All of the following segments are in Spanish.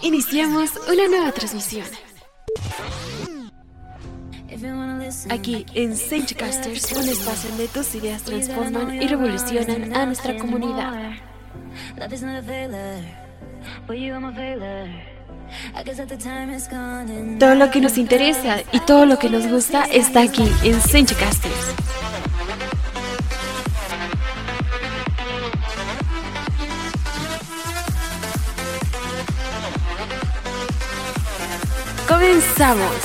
Iniciamos una nueva transmisión. Aquí en Saintcasters, un espacio donde tus ideas transforman y revolucionan a nuestra comunidad. Todo lo que nos interesa y todo lo que nos gusta está aquí en Saintcasters. ¡Comenzamos!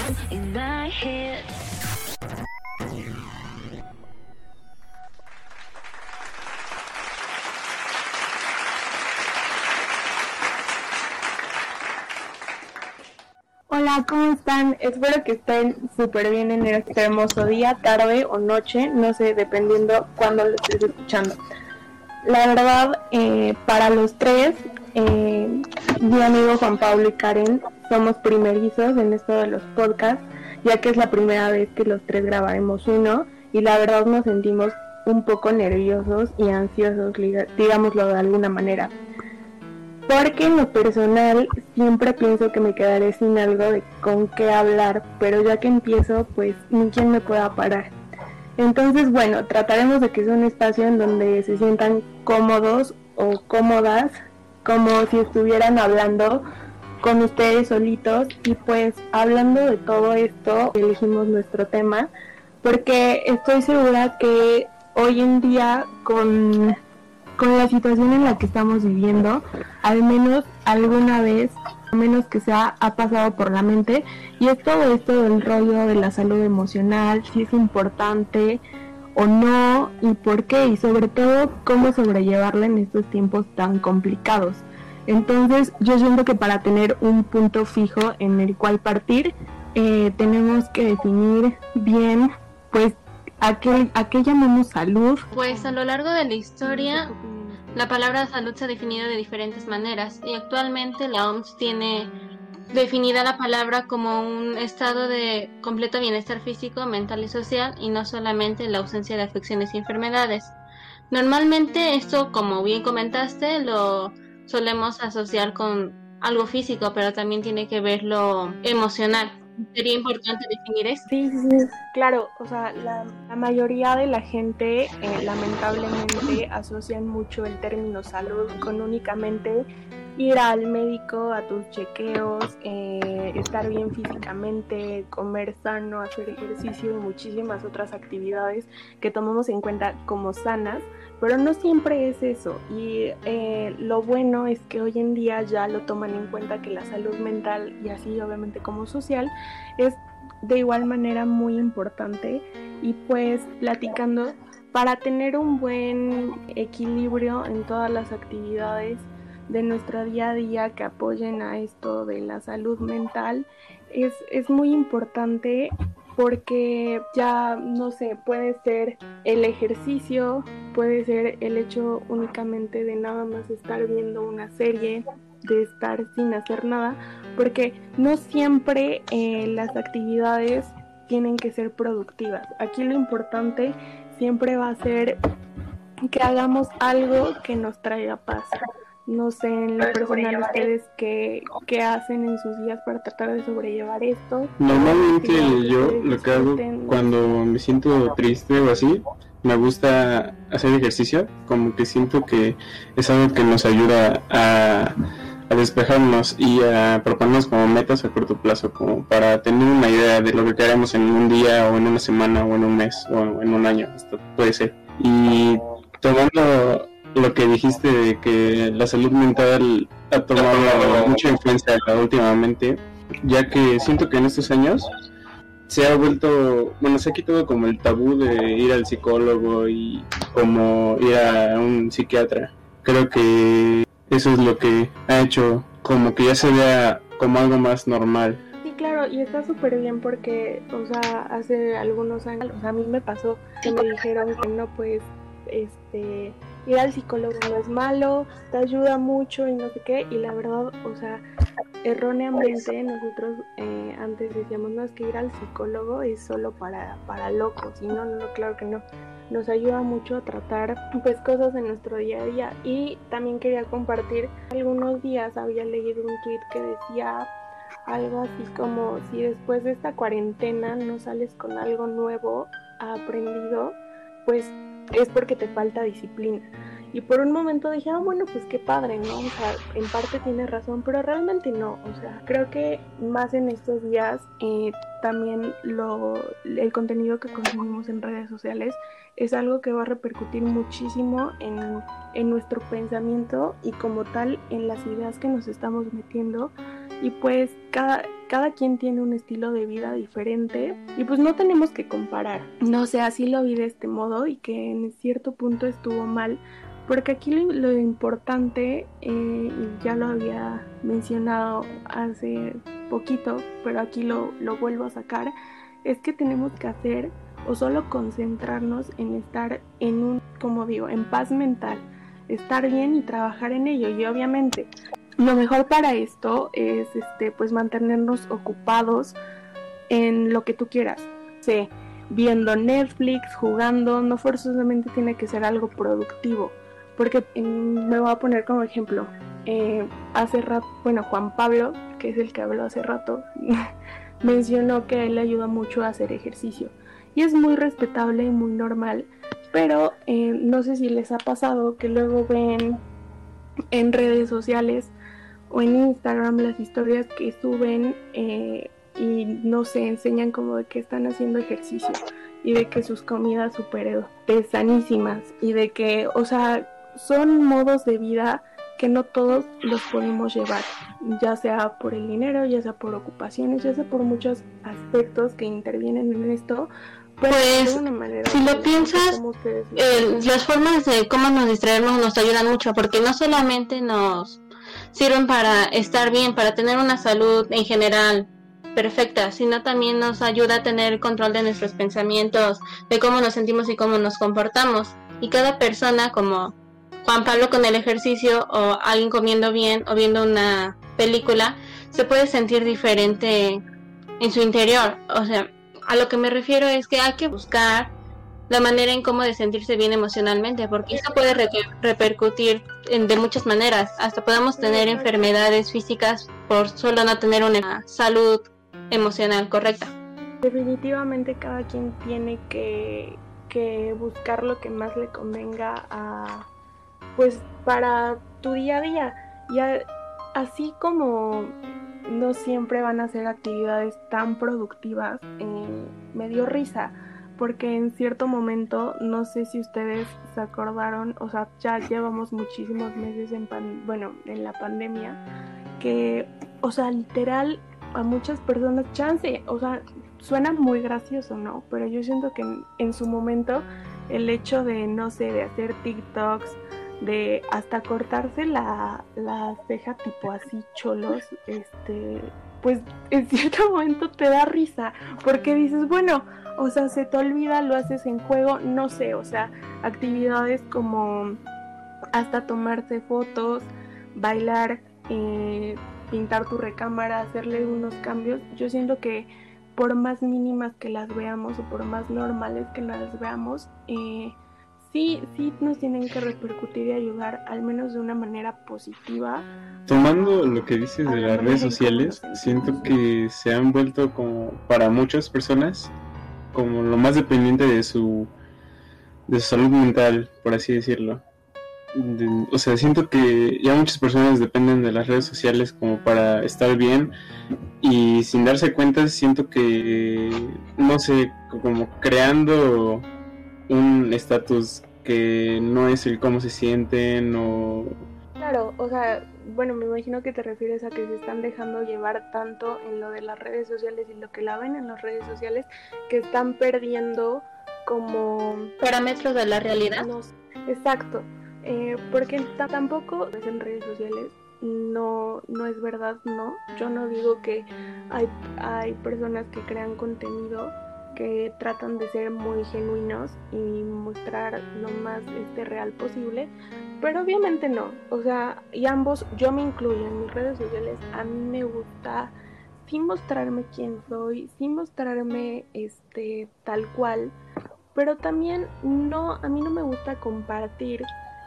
Hola, ¿cómo están? Espero que estén súper bien en este hermoso día, tarde o noche, no sé, dependiendo cuándo lo estés escuchando. La verdad, para los tres, mi amigo Juan Pablo y Karen, somos primerizos en esto de los podcasts, ya que es la primera vez que los tres grabaremos uno, y la verdad nos sentimos un poco nerviosos y ansiosos, digámoslo de alguna manera. Porque en lo personal siempre pienso que me quedaré sin algo de con qué hablar, pero ya que empiezo, pues ni quien me pueda parar. Entonces, bueno, trataremos de que sea un espacio en donde se sientan cómodos o cómodas, como si estuvieran hablando con ustedes solitos. Y pues hablando de todo esto, elegimos nuestro tema, porque estoy segura que hoy en día con la situación en la que estamos viviendo, al menos alguna vez, al menos que sea, ha pasado por la mente, y es todo esto del rollo de la salud emocional, si es importante o no, y por qué, y sobre todo cómo sobrellevarla en estos tiempos tan complicados. Entonces yo siento que para tener un punto fijo en el cual partir, tenemos que definir bien, pues, ¿a qué llamamos salud? Pues a lo largo de la historia, la palabra salud se ha definido de diferentes maneras y actualmente la OMS tiene definida la palabra como un estado de completo bienestar físico, mental y social, y no solamente la ausencia de afecciones y enfermedades. Normalmente esto, como bien comentaste, lo solemos asociar con algo físico, pero también tiene que ver lo emocional. Sería importante definir esto. Sí, claro, o sea, la mayoría de la gente lamentablemente asocian mucho el término salud con únicamente ir al médico, a tus chequeos, estar bien físicamente, comer sano, hacer ejercicio y muchísimas otras actividades que tomamos en cuenta como sanas, pero no siempre es eso. Y lo bueno es que hoy en día ya lo toman en cuenta, que la salud mental y así obviamente como social es de igual manera muy importante. Y pues platicando, para tener un buen equilibrio en todas las actividades de nuestro día a día que apoyen a esto de la salud mental, es muy importante, porque ya no sé, puede ser el ejercicio, puede ser el hecho únicamente de nada más estar viendo una serie, de estar sin hacer nada, porque no siempre las actividades tienen que ser productivas. Aquí lo importante siempre va a ser que hagamos algo que nos traiga paz. No sé, en lo personal, ustedes qué hacen en sus días para tratar de sobrellevar esto. Normalmente yo lo que hago cuando me siento triste o así, me gusta hacer ejercicio, como que siento que es algo que nos ayuda a despejarnos y a proponernos como metas a corto plazo, como para tener una idea de lo que queremos en un día o en una semana o en un mes o en un año, esto puede ser. Y tomando lo que dijiste de que la salud mental ha tomado mucha influencia últimamente, ya que siento que en estos años se ha quitado como el tabú de ir al psicólogo y como ir a un psiquiatra. Creo que eso es lo que ha hecho como que ya se vea como algo más normal. Sí, claro, y está súper bien porque, o sea, hace algunos años, o sea, a mí me pasó que me dijeron que no, pues, ir al psicólogo no es malo, te ayuda mucho y no sé qué, y la verdad, o sea, erróneamente nosotros antes decíamos, no, es que ir al psicólogo es solo para locos, y no, claro que no. nos ayuda mucho a tratar pues cosas de nuestro día a día. Y también quería compartir, algunos días había leído un tweet que decía algo así como: si después de esta cuarentena no sales con algo nuevo aprendido, pues es porque te falta disciplina. Y por un momento dije, bueno, pues qué padre, ¿no? O sea, en parte tiene razón, pero realmente no. O sea, creo que más en estos días también el contenido que consumimos en redes sociales es algo que va a repercutir muchísimo en nuestro pensamiento y como tal en las ideas que nos estamos metiendo. Y pues cada quien tiene un estilo de vida diferente y pues no tenemos que comparar. No sé, así lo vi de este modo y que en cierto punto estuvo mal, porque aquí lo importante, y ya lo había mencionado hace poquito, pero aquí lo vuelvo a sacar, es que tenemos que hacer o solo concentrarnos en estar en paz mental, estar bien y trabajar en ello. Y obviamente lo mejor para esto es pues mantenernos ocupados en lo que tú quieras. Sí, viendo Netflix, jugando, no forzosamente tiene que ser algo productivo. Porque me voy a poner como ejemplo, hace rato, Juan Pablo, que es el que habló hace rato, mencionó que él le ayuda mucho a hacer ejercicio. Y es muy respetable y muy normal, pero no sé si les ha pasado que luego ven en redes sociales o en Instagram las historias que suben y no se enseñan como de que están haciendo ejercicio y de que sus comidas súper sanísimas y de que, o sea, son modos de vida que no todos los podemos llevar, ya sea por el dinero, ya sea por ocupaciones, ya sea por muchos aspectos que intervienen en esto. Pues, si lo piensas, las formas de cómo nos distraemos nos ayudan mucho, porque no solamente nos sirven para estar bien, para tener una salud en general perfecta, sino también nos ayuda a tener control de nuestros pensamientos, de cómo nos sentimos y cómo nos comportamos. Y cada persona, como Juan Pablo con el ejercicio, o alguien comiendo bien o viendo una película, se puede sentir diferente en su interior. O sea, a lo que me refiero es que hay que buscar la manera en cómo de sentirse bien emocionalmente, porque esto puede repercutir de muchas maneras. Hasta podemos tener enfermedades físicas por solo no tener una salud emocional correcta. Definitivamente cada quien tiene que buscar lo que más le convenga pues para tu día a día. Y así como no siempre van a ser actividades tan productivas, me dio risa porque en cierto momento, no sé si ustedes se acordaron, o sea, ya llevamos muchísimos meses en la pandemia, que, o sea, literal a muchas personas, chance, o sea, suena muy gracioso, ¿no? Pero yo siento que en su momento el hecho de, no sé, de hacer TikToks, de hasta cortarse la ceja tipo así cholos, pues en cierto momento te da risa, porque dices, bueno, o sea, se te olvida, lo haces en juego, no sé, o sea, actividades como hasta tomarse fotos, bailar, pintar tu recámara, hacerle unos cambios. Yo siento que por más mínimas que las veamos o por más normales que las veamos, sí nos tienen que repercutir y ayudar, al menos de una manera positiva. Tomando lo que dices de las redes sociales, siento que se han vuelto como para muchas personas como lo más dependiente de su salud mental, por así decirlo. O sea, siento que ya muchas personas dependen de las redes sociales como para estar bien, y sin darse cuenta siento que, no sé, como creando un estatus que no es el cómo se sienten o... Claro, o sea, bueno, me imagino que te refieres a que se están dejando llevar tanto en lo de las redes sociales y lo que la ven en las redes sociales, que están perdiendo como... parámetros de la realidad. No, exacto, porque tampoco en redes sociales no es verdad, no. Yo no digo que hay personas que crean contenido que tratan de ser muy genuinos y mostrar lo más real posible, pero obviamente no, o sea, y ambos, yo me incluyo en mis redes sociales, a mí me gusta sí mostrarme quién soy, sí mostrarme tal cual, pero también a mí no me gusta compartir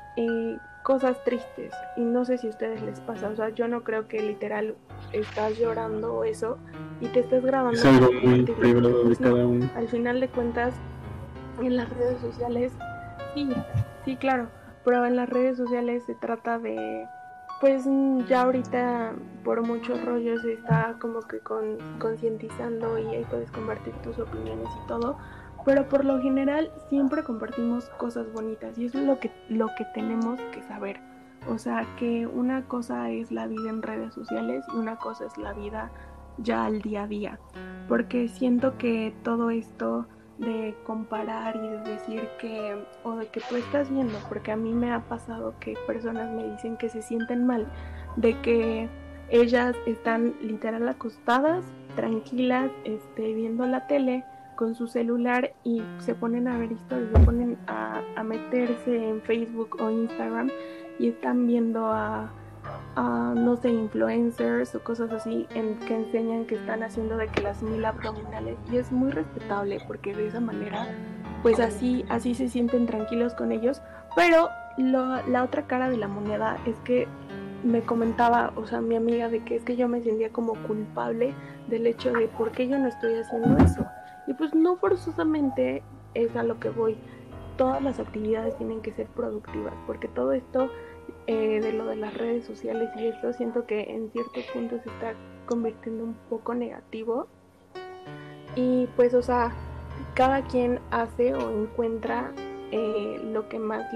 cosas tristes, y no sé si a ustedes les pasa, o sea, yo no creo que literal estás llorando o eso y te estés grabando. Es algo muy privado de cada uno. Al final de cuentas, en las redes sociales, sí, claro, pero en las redes sociales se trata de, pues ya ahorita por muchos rollos se está como que concientizando, y ahí puedes compartir tus opiniones y todo, pero por lo general siempre compartimos cosas bonitas, y eso es lo que tenemos que saber. O sea, que una cosa es la vida en redes sociales y una cosa es la vida ya al día a día, porque siento que todo esto de comparar y de decir que, o de que tú estás viendo, porque a mí me ha pasado que personas me dicen que se sienten mal, de que ellas están literal acostadas, tranquilas, viendo la tele con su celular, y se ponen a ver historias, se ponen a meterse en Facebook o Instagram y están viendo a no sé, influencers o cosas así que enseñan que están haciendo de que las 1000 abdominales, y es muy respetable porque de esa manera pues así se sienten tranquilos con ellos. Pero la otra cara de la moneda es que me comentaba, o sea, mi amiga, de que es que yo me sentía como culpable del hecho de por qué yo no estoy haciendo eso, y pues no forzosamente es a lo que voy. Todas las actividades tienen que ser productivas, porque todo esto de lo de las redes sociales y esto, siento que en ciertos puntos se está convirtiendo un poco negativo, y pues, o sea, cada quien hace o encuentra lo que más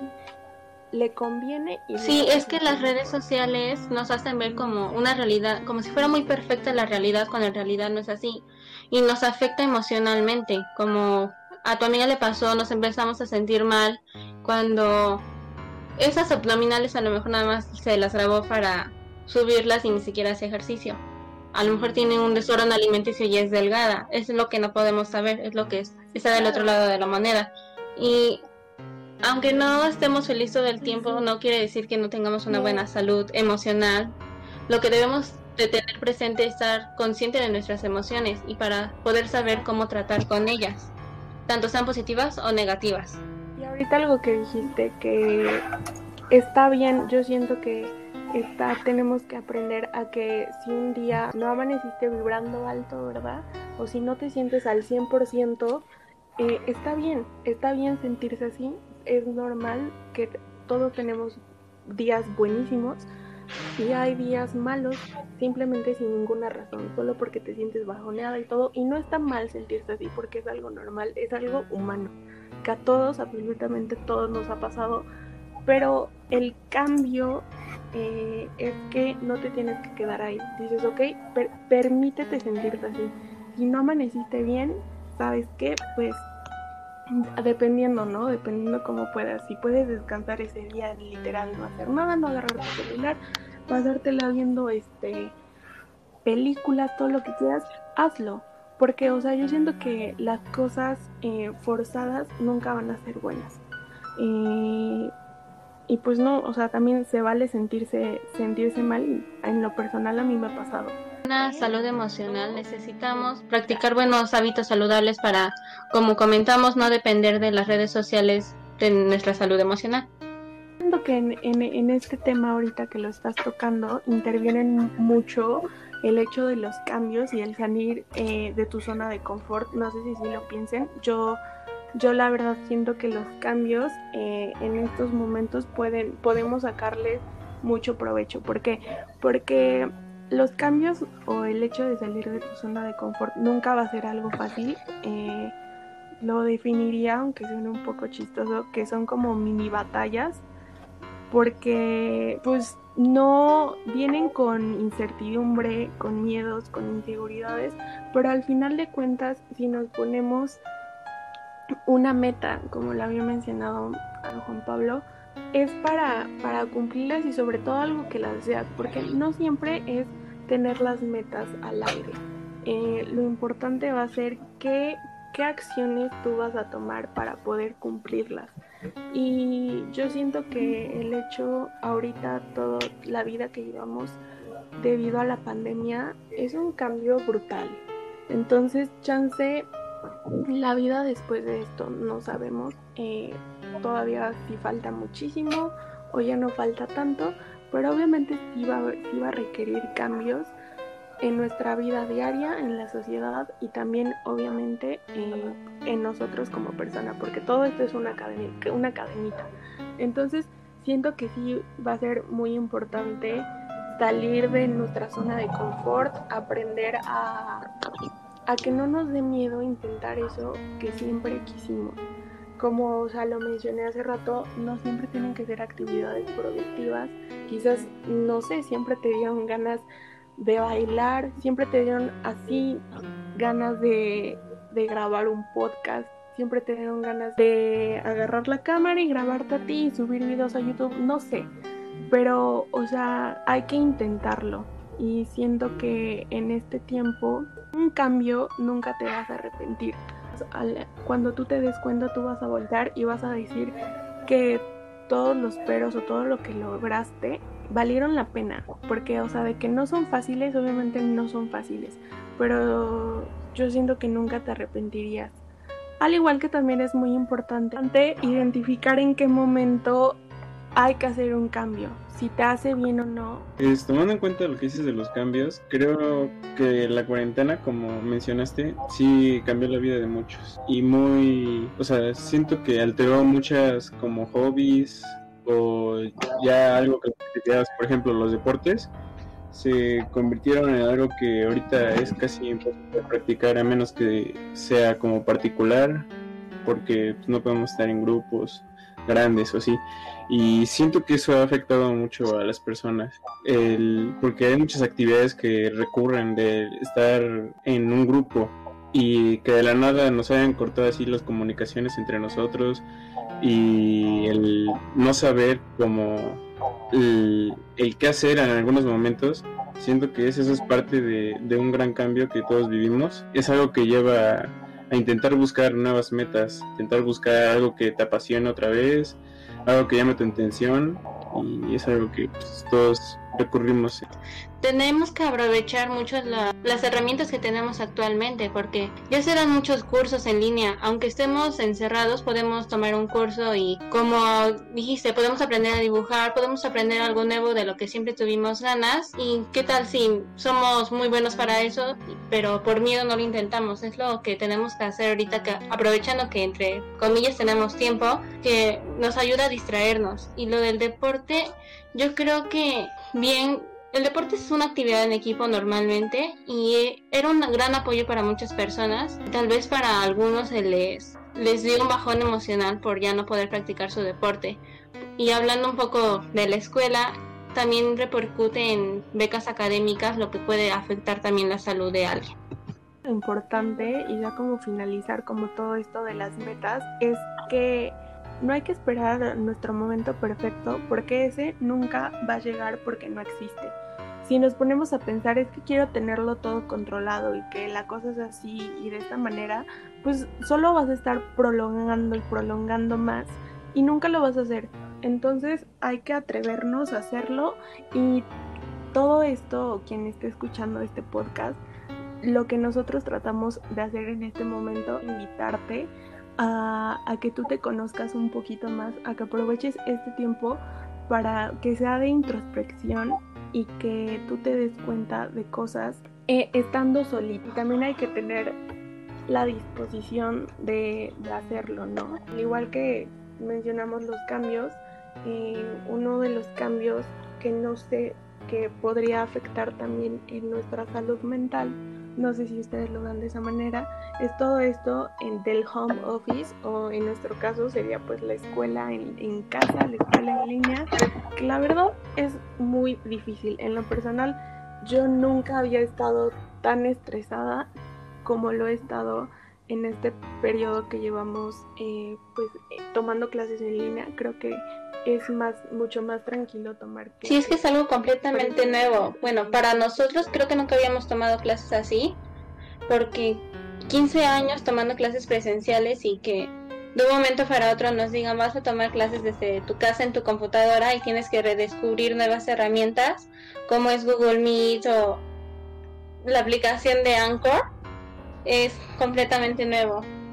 le conviene. Y sí, es que las redes sociales nos hacen ver como una realidad, como si fuera muy perfecta la realidad, cuando en realidad no es así, y nos afecta emocionalmente, como a tu amiga le pasó. Nos empezamos a sentir mal cuando esas abdominales a lo mejor nada más se las grabó para subirlas y ni siquiera hace ejercicio. A lo mejor tiene un desorden alimenticio y es delgada. Es lo que no podemos saber, es lo que está del otro lado de la moneda. Y aunque no estemos felices todo el tiempo, no quiere decir que no tengamos una buena salud emocional. Lo que debemos de tener presente es estar consciente de nuestras emociones, y para poder saber cómo tratar con ellas, tanto sean positivas o negativas. Y ahorita algo que dijiste, que está bien, yo siento que tenemos que aprender a que si un día no amaneciste vibrando alto, ¿verdad? O si no te sientes al 100%, está bien sentirse así. Es normal que todos tenemos días buenísimos y hay días malos, simplemente sin ninguna razón, solo porque te sientes bajoneada y todo, y no está mal sentirse así, porque es algo normal, es algo humano, que a todos, absolutamente todos nos ha pasado. Pero el cambio es que no te tienes que quedar ahí. Dices, ok, permítete sentirte así. Si no amaneciste bien, ¿sabes qué? Pues dependiendo, ¿no? Dependiendo cómo puedas. Si puedes descansar ese día, literal, no hacer nada, no agarrar tu celular, pasártela viendo películas, todo lo que quieras, hazlo. Porque, o sea, yo siento que las cosas forzadas nunca van a ser buenas. Y pues no, o sea, también se vale sentirse mal. En lo personal a mí me ha pasado. Una salud emocional, necesitamos practicar buenos hábitos saludables para, como comentamos, no depender de las redes sociales de nuestra salud emocional. Siento que en este tema ahorita que lo estás tocando, intervienen mucho el hecho de los cambios y el salir de tu zona de confort. No sé si lo piensen. Yo la verdad siento que los cambios en estos momentos podemos sacarles mucho provecho. ¿Por qué? Porque los cambios o el hecho de salir de tu zona de confort nunca va a ser algo fácil. Lo definiría, aunque suene un poco chistoso, que son como mini batallas, porque pues no vienen con incertidumbre, con miedos, con inseguridades, pero al final de cuentas, si nos ponemos una meta, como lo había mencionado a Juan Pablo, es para cumplirlas, y sobre todo algo que las deseas, porque no siempre es tener las metas al aire. Lo importante va a ser qué acciones tú vas a tomar para poder cumplirlas. Y yo siento que el hecho ahorita, toda la vida que llevamos debido a la pandemia, es un cambio brutal. Entonces, chance La vida después de esto no sabemos, todavía sí falta muchísimo o ya no falta tanto, pero obviamente sí va a requerir cambios en nuestra vida diaria, en la sociedad y también obviamente en nosotros como persona, porque todo esto es una cadenita. Entonces siento que sí va a ser muy importante salir de nuestra zona de confort, aprender a que no nos dé miedo intentar eso que siempre quisimos. Como lo mencioné hace rato, no siempre tienen que ser actividades productivas. Quizás, no sé, siempre te dieron ganas de bailar, siempre te dieron así ganas de grabar un podcast, siempre te dieron ganas de agarrar la cámara y grabarte a ti y subir videos a YouTube, no sé. Pero, hay que intentarlo. Y siento que en este tiempo, un cambio nunca te vas a arrepentir. Cuando tú te des cuenta, tú vas a voltar y vas a decir que todos los peros o todo lo que lograste valieron la pena. Porque, de que no son fáciles, obviamente no son fáciles. Pero yo siento que nunca te arrepentirías. Al igual que también es muy importante identificar en qué momento hay que hacer un cambio, si te hace bien o no. Tomando en cuenta lo que dices de los cambios, creo que la cuarentena, como mencionaste, sí cambió la vida de muchos. Y siento que alteró muchas como hobbies o ya algo que actividades, por ejemplo, los deportes, se convirtieron en algo que ahorita es casi imposible practicar a menos que sea como particular, porque no podemos estar en grupos grandes o así. Y siento que eso ha afectado mucho a las personas, porque hay muchas actividades que recurren de estar en un grupo y que de la nada nos hayan cortado así las comunicaciones entre nosotros, y el no saber cómo el qué hacer en algunos momentos. Siento que eso es parte de un gran cambio que todos vivimos. Es algo que lleva a intentar buscar nuevas metas, intentar buscar algo que te apasione otra vez, algo que llame tu atención, y es algo que todos recurrimos. Tenemos que aprovechar mucho las herramientas que tenemos actualmente, porque ya se dan muchos cursos en línea. Aunque estemos encerrados, podemos tomar un curso y, como dijiste, podemos aprender a dibujar, podemos aprender algo nuevo de lo que siempre tuvimos ganas. Y qué tal si somos muy buenos para eso, pero por miedo no lo intentamos. Es lo que tenemos que hacer ahorita, que aprovechando que entre comillas tenemos tiempo, que nos ayuda a distraernos. Y lo del deporte, yo creo que bien, el deporte es una actividad en equipo normalmente y era un gran apoyo para muchas personas. Tal vez para algunos les dio un bajón emocional por ya no poder practicar su deporte. Y hablando un poco de la escuela, también repercute en becas académicas, lo que puede afectar también la salud de alguien. Lo importante, y ya como finalizar como todo esto de las metas, es que no hay que esperar nuestro momento perfecto, porque ese nunca va a llegar, porque no existe. Si nos ponemos a pensar, es que quiero tenerlo todo controlado y que la cosa es así y de esta manera, pues solo vas a estar prolongando y prolongando más y nunca lo vas a hacer. Entonces hay que atrevernos a hacerlo, y todo esto, o quien esté escuchando este podcast, lo que nosotros tratamos de hacer en este momento, invitarte a que tú te conozcas un poquito más, a que aproveches este tiempo para que sea de introspección y que tú te des cuenta de cosas estando solito. Y también hay que tener la disposición de hacerlo, ¿no? Al igual que mencionamos los cambios, uno de los cambios que no sé, que podría afectar también en nuestra salud mental, no sé si ustedes lo dan de esa manera, es todo esto del home office, o en nuestro caso sería pues la escuela en casa, la escuela en línea, que la verdad es muy difícil. En lo personal, yo nunca había estado tan estresada como lo he estado en este periodo que llevamos tomando clases en línea. Creo que es mucho más tranquilo tomar clases. Sí, es que es algo completamente nuevo. Bueno, para nosotros creo que nunca habíamos tomado clases así, porque 15 años tomando clases presenciales y que de un momento para otro nos digan vas a tomar clases desde tu casa en tu computadora y tienes que redescubrir nuevas herramientas como es Google Meet o la aplicación de Anchor, es completamente nuevo.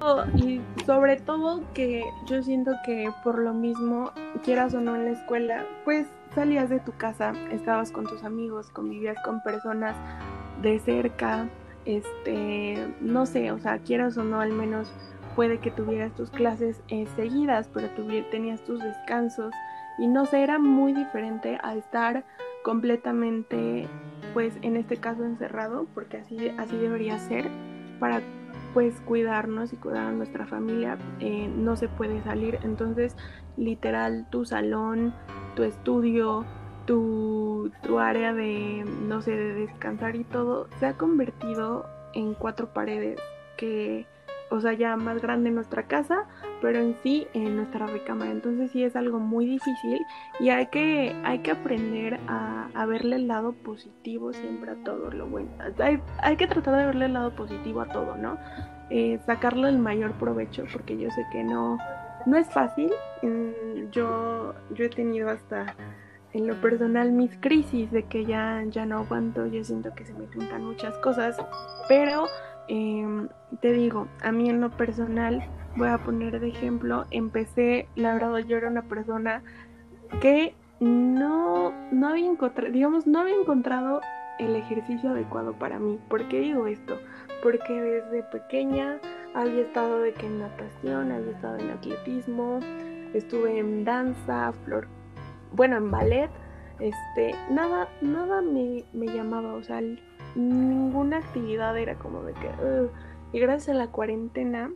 Y sobre todo que yo siento que por lo mismo, quieras o no en la escuela, pues salías de tu casa, estabas con tus amigos, convivías con personas de cerca, no sé, o sea, quieras o no, al menos puede que tuvieras tus clases seguidas, pero tenías tus descansos y no sé, era muy diferente a estar completamente, pues en este caso encerrado, porque así debería ser, para pues cuidarnos y cuidar a nuestra familia. No se puede salir, entonces literal tu salón, tu estudio, tu área de, no sé, de descansar y todo, se ha convertido en 4 paredes, que, o sea, ya más grande nuestra casa, pero en sí en nuestra recámara. Entonces sí es algo muy difícil y hay que aprender a verle el lado positivo siempre a todo lo bueno. Hay que tratar de verle el lado positivo a todo, ¿no? Sacarle el mayor provecho, porque yo sé que no es fácil. Yo he tenido hasta en lo personal mis crisis de que ya no aguanto, yo siento que se me juntan muchas cosas, pero te digo, a mí en lo personal, voy a poner de ejemplo, la verdad yo era una persona que no había encontrado el ejercicio adecuado para mí. ¿Por qué digo esto? Porque desde pequeña había estado de que en natación, había estado en atletismo, estuve en danza, en ballet, nada me llamaba, o sea, ninguna actividad era como de que y gracias a la cuarentena,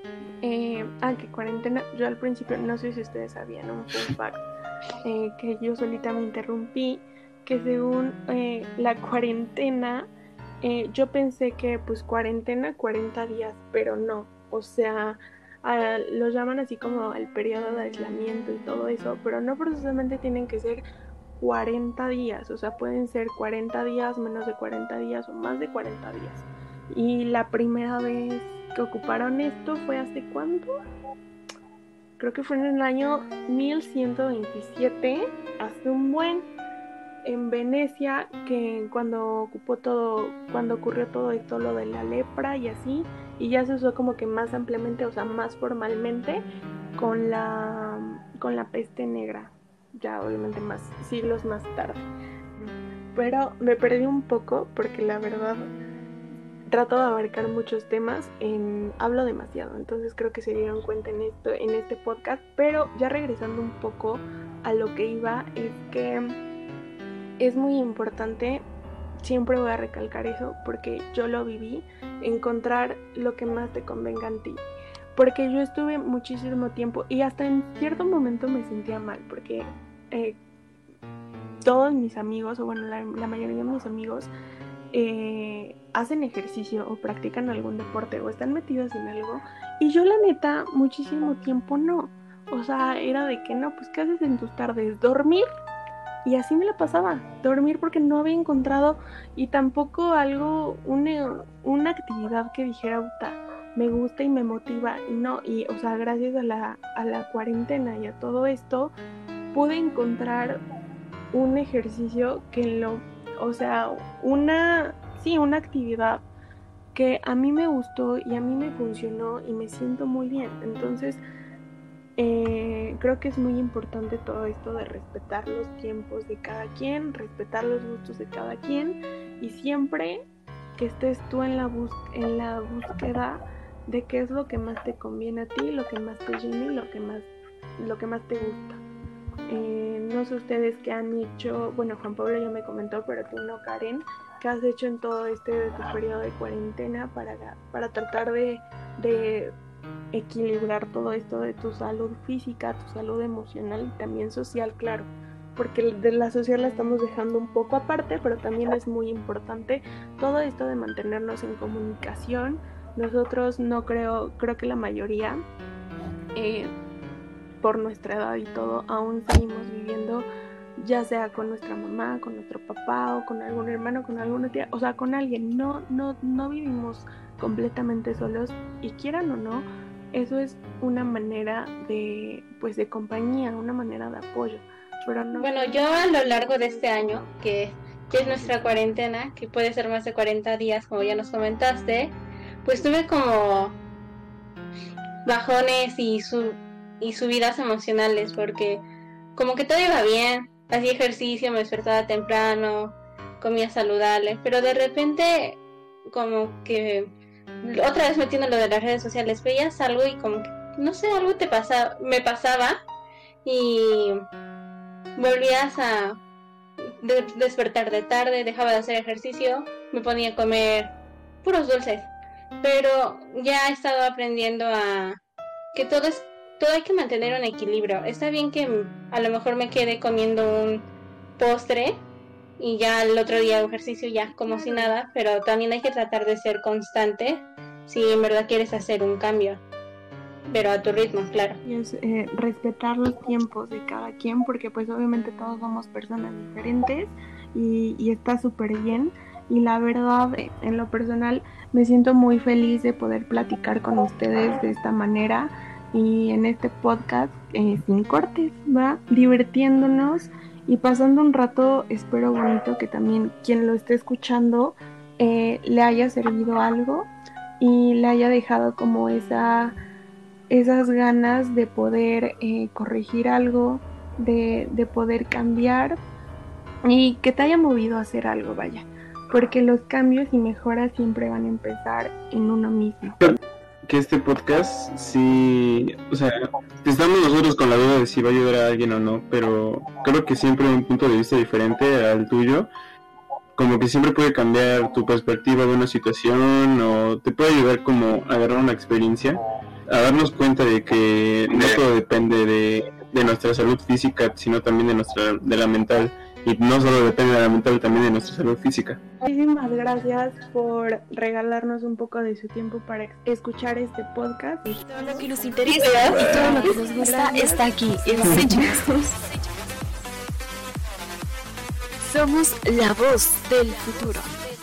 yo al principio, no sé si ustedes sabían, un fun fact, que yo solita me interrumpí, que según la cuarentena, yo pensé que pues cuarentena 40 días, pero no, o sea, lo llaman así como el periodo de aislamiento y todo eso, pero no precisamente tienen que ser 40 días, o sea, pueden ser 40 días, menos de 40 días o más de 40 días. Y la primera vez que ocuparon esto fue ¿hace cuánto? Creo que fue en el año 1127, hace un buen, en Venecia, que cuando ocurrió todo esto, lo de la lepra y así, y ya se usó como que más ampliamente, o sea, más formalmente, con la peste negra, ya obviamente siglos más tarde. Pero me perdí un poco porque la verdad trato de abarcar muchos temas, hablo demasiado, entonces creo que se dieron cuenta en este podcast, pero ya regresando un poco a lo que iba, es que es muy importante, siempre voy a recalcar eso porque yo lo viví, encontrar lo que más te convenga a ti, porque yo estuve muchísimo tiempo y hasta en cierto momento me sentía mal, porque todos mis amigos, o bueno, la mayoría de mis amigos hacen ejercicio o practican algún deporte o están metidos en algo, y yo la neta muchísimo tiempo no, o sea, era de que no, pues ¿qué haces en tus tardes? Dormir. Y así me la pasaba, dormir, porque no había encontrado, y tampoco una actividad que dijera, me gusta y me motiva, no, y o sea, gracias a la cuarentena y a todo esto, pude encontrar un ejercicio una actividad que a mí me gustó y a mí me funcionó y me siento muy bien. Entonces, creo que es muy importante todo esto de respetar los tiempos de cada quien, respetar los gustos de cada quien, y siempre que estés tú en la búsqueda de qué es lo que más te conviene a ti, lo que más te llena y lo que más te gusta. No sé ustedes qué han hecho, bueno, Juan Pablo ya me comentó, pero tú no, Karen, ¿qué has hecho en todo de tu periodo de cuarentena para tratar de equilibrar todo esto de tu salud física, tu salud emocional y también social, claro, porque de la social la estamos dejando un poco aparte, pero también es muy importante todo esto de mantenernos en comunicación. Nosotros creo que la mayoría, por nuestra edad y todo, aún seguimos viviendo, ya sea con nuestra mamá, con nuestro papá o con algún hermano, con alguna tía, o sea, con alguien. No vivimos completamente solos, y quieran o no, eso es una manera de compañía, una manera de apoyo. Pero no. Bueno, yo a lo largo de este año, que es nuestra cuarentena, que puede ser más de 40 días, como ya nos comentaste, pues tuve como bajones y subidas emocionales, porque como que todo iba bien, hacía ejercicio, me despertaba temprano, comía saludable, pero de repente como que otra vez metiendo lo de las redes sociales, veías algo y como que, no sé, algo me pasaba y volvías a despertar de tarde, dejaba de hacer ejercicio, me ponía a comer puros dulces, pero ya he estado aprendiendo a que todo hay que mantener un equilibrio. Está bien que a lo mejor me quede comiendo un postre y ya el otro día hago ejercicio ya como si nada, pero también hay que tratar de ser constante si en verdad quieres hacer un cambio, pero a tu ritmo, claro. Y es respetar los tiempos de cada quien, porque pues obviamente todos somos personas diferentes y está súper bien. Y la verdad, en lo personal, me siento muy feliz de poder platicar con ustedes de esta manera y en este podcast sin cortes, ¿va? Divirtiéndonos y pasando un rato, espero bonito, que también quien lo esté escuchando le haya servido algo y le haya dejado como esas ganas de poder corregir algo, de poder cambiar y que te haya movido a hacer algo, vaya, porque los cambios y mejoras siempre van a empezar en uno mismo. Que este podcast sí, o sea, estamos nosotros con la duda de si va a ayudar a alguien o no, pero creo que siempre un punto de vista diferente al tuyo, como que siempre puede cambiar tu perspectiva de una situación o te puede ayudar como a agarrar una experiencia, a darnos cuenta de que no todo depende de nuestra salud física, sino también de la mental. Y no solo depende de la mental, también de nuestra salud física. Muchísimas gracias por regalarnos un poco de su tiempo para escuchar este podcast. Todo lo que nos interesa y todo lo que nos gusta está aquí en Senchicasters. Somos la voz del futuro.